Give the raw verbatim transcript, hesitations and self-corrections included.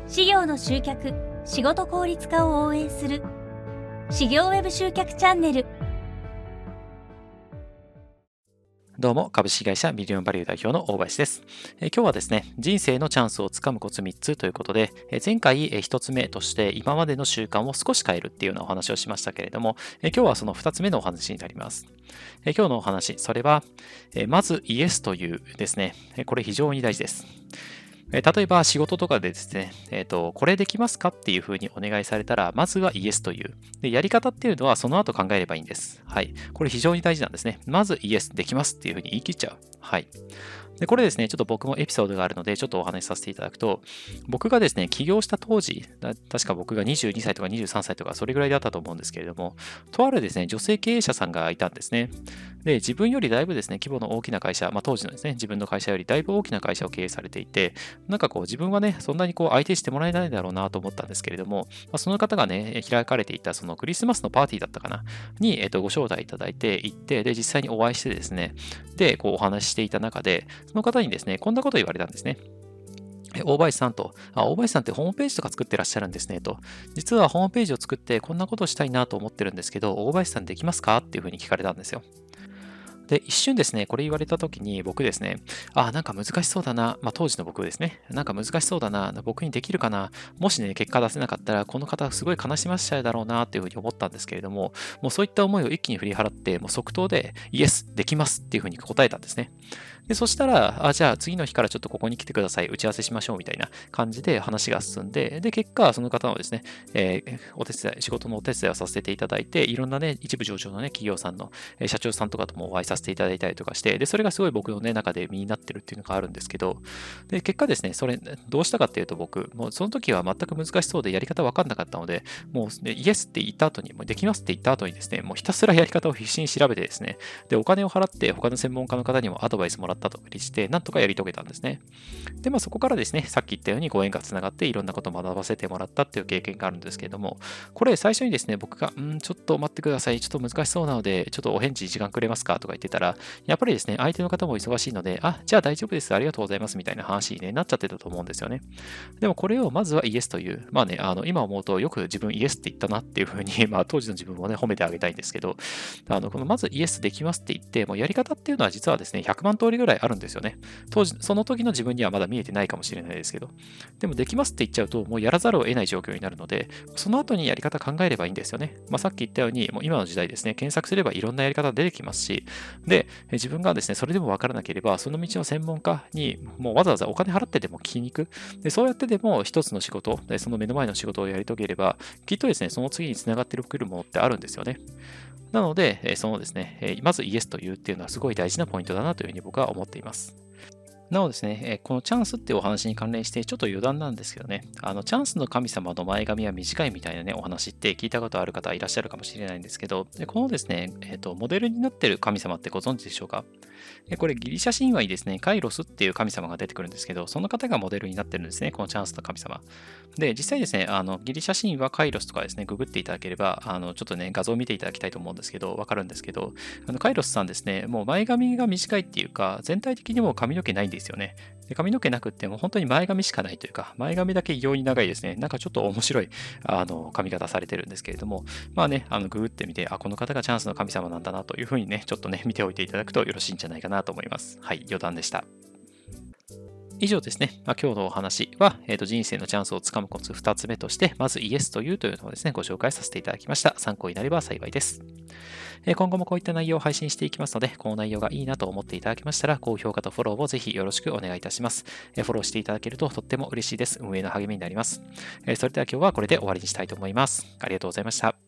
事業の集客、仕事効率化を応援する事業ウェブ集客チャンネル。 どうも、株式会社ミリオンバリュー代表の大林です。え今日はですね、人生のチャンスをつかむコツみっつということで、え前回えひとつめとして今までの習慣を少し変えるっていうようなお話をしましたけれども、え今日はそのふたつめのお話になります。え今日のお話、それは、えまずイエスというですね、えこれ非常に大事です。え例えば仕事とかでですね、えっと、これできますかっていうふうにお願いされたら、まずはイエスという。で、やり方っていうのはその後考えればいいんです。はい。これ非常に大事なんですね。まずイエスできますっていうふうに言い切っちゃう。はい。で、これですね、ちょっと僕もエピソードがあるので、ちょっとお話しさせていただくと、僕がですね、起業した当時、確か僕がにじゅうにさいとかにじゅうさんさいとか、それぐらいだったと思うんですけれども、とあるですね、女性経営者さんがいたんですね。で、自分よりだいぶですね、規模の大きな会社、まあ当時のですね、自分の会社よりだいぶ大きな会社を経営されていて、なんかこう自分はね、そんなにこう相手してもらえないだろうなと思ったんですけれども、まあ、その方がね、開かれていたそのクリスマスのパーティーだったかな、に、えっと、ご招待いただいて行って、で、実際にお会いしてですね、で、こうお話ししていた中で、その方にですね、こんなことを言われたんですね。大林さんと、あ、大林さんってホームページとか作ってらっしゃるんですねと。実はホームページを作ってこんなことをしたいなと思ってるんですけど、大林さんできますかっていうふうに聞かれたんですよ。で、一瞬ですね、これ言われたときに僕ですね、あ、なんか難しそうだな、まあ当時の僕ですね、なんか難しそうだな、僕にできるかな、もしね、結果出せなかったら、この方すごい悲しませちゃうだろうなっていうふうに思ったんですけれども、もうそういった思いを一気に振り払って、もう即答で、イエス、できますっていうふうに答えたんですね。で、そしたら、あ、じゃあ次の日からちょっとここに来てください、打ち合わせしましょうみたいな感じで話が進んで、で、結果、その方のですね、えー、お手伝い、仕事のお手伝いをさせていただいて、いろんなね、一部上場のね、企業さんの社長さんとかともお会いさせていただいたりとかして、で、それがすごい僕のね、中で身になってるっていうのがあるんですけど、で、結果ですね、それ、どうしたかっていうと僕、もうその時は全く難しそうでやり方わかんなかったので、もう、ね、イエスって言った後に、もうできますって言った後にですね、もうひたすらやり方を必死に調べてですね、で、お金を払って他の専門家の方にもアドバイスもらったとりして、なんとかやり遂げたんですね。で、まあそこからですね、さっき言ったようにご縁がつながっていろんなことを学ばせてもらったっていう経験があるんですけれども、これ最初にですね、僕が、んちょっと待ってください、ちょっと難しそうなので、ちょっとお返事時間くれますかとか言ってたら、やっぱりですね、相手の方も忙しいので、あ、じゃあ大丈夫です、ありがとうございますみたいな話に、ね、なっちゃってたと思うんですよね。でもこれをまずはイエスという、まあね、あの今思うとよく自分イエスって言ったなっていうふうに、まあ当時の自分をね、褒めてあげたいんですけど、あのこのまずイエスできますって言って、もうやり方っていうのは実はですね、ひゃくまん通りぐらいあるんですよね。当時、その時の自分にはまだ見えてないかもしれないですけど、でもできますって言っちゃうと、もうやらざるを得ない状況になるので、その後にやり方考えればいいんですよね。まあさっき言ったように、もう今の時代ですね、検索すればいろんなやり方出てきますし、で、自分がですね、それでもわからなければ、その道の専門家にもうわざわざお金払ってでも聞きに行く。で、そうやってでも一つの仕事、でその目の前の仕事をやり遂げれば、きっとですね、その次につながってくるものってあるんですよね。なので、そのですね、まずイエスというっていうのはすごい大事なポイントだなというふうに僕は思っています。なおですね、このチャンスっていうお話に関連してちょっと余談なんですけどね、あのチャンスの神様の前髪は短いみたいなね、お話って聞いたことある方いらっしゃるかもしれないんですけど、このですね、えっと、モデルになっている神様ってご存知でしょうか？これギリシャ神話にですね、カイロスっていう神様が出てくるんですけど、その方がモデルになってるんですね、このチャンスの神様。で、実際ですね、あのギリシャ神話カイロスとかですね、ググっていただければ、あのちょっとね、画像を見ていただきたいと思うんですけど、わかるんですけど、あのカイロスさんですね、もう前髪が短いっていうか、全体的にもう髪の毛ないんですよね。で髪の毛なくっても本当に前髪しかないというか、前髪だけ異様に長いですね。なんかちょっと面白いあの髪型されてるんですけれども、まあね、あのググってみて、あ、この方がチャンスの神様なんだなというふうにね、ちょっとね、見ておいていただくとよろしいんじゃないかなと思います。はい、余談でした。以上ですね、まあ、今日のお話は、えーと、人生のチャンスをつかむコツふたつめとして、まずイエスというというのをですね、ご紹介させていただきました。参考になれば幸いです。えー、今後もこういった内容を配信していきますので、この内容がいいなと思っていただけましたら、高評価とフォローをぜひよろしくお願いいたします。えー、フォローしていただけるととっても嬉しいです。運営の励みになります。えー、それでは今日はこれで終わりにしたいと思います。ありがとうございました。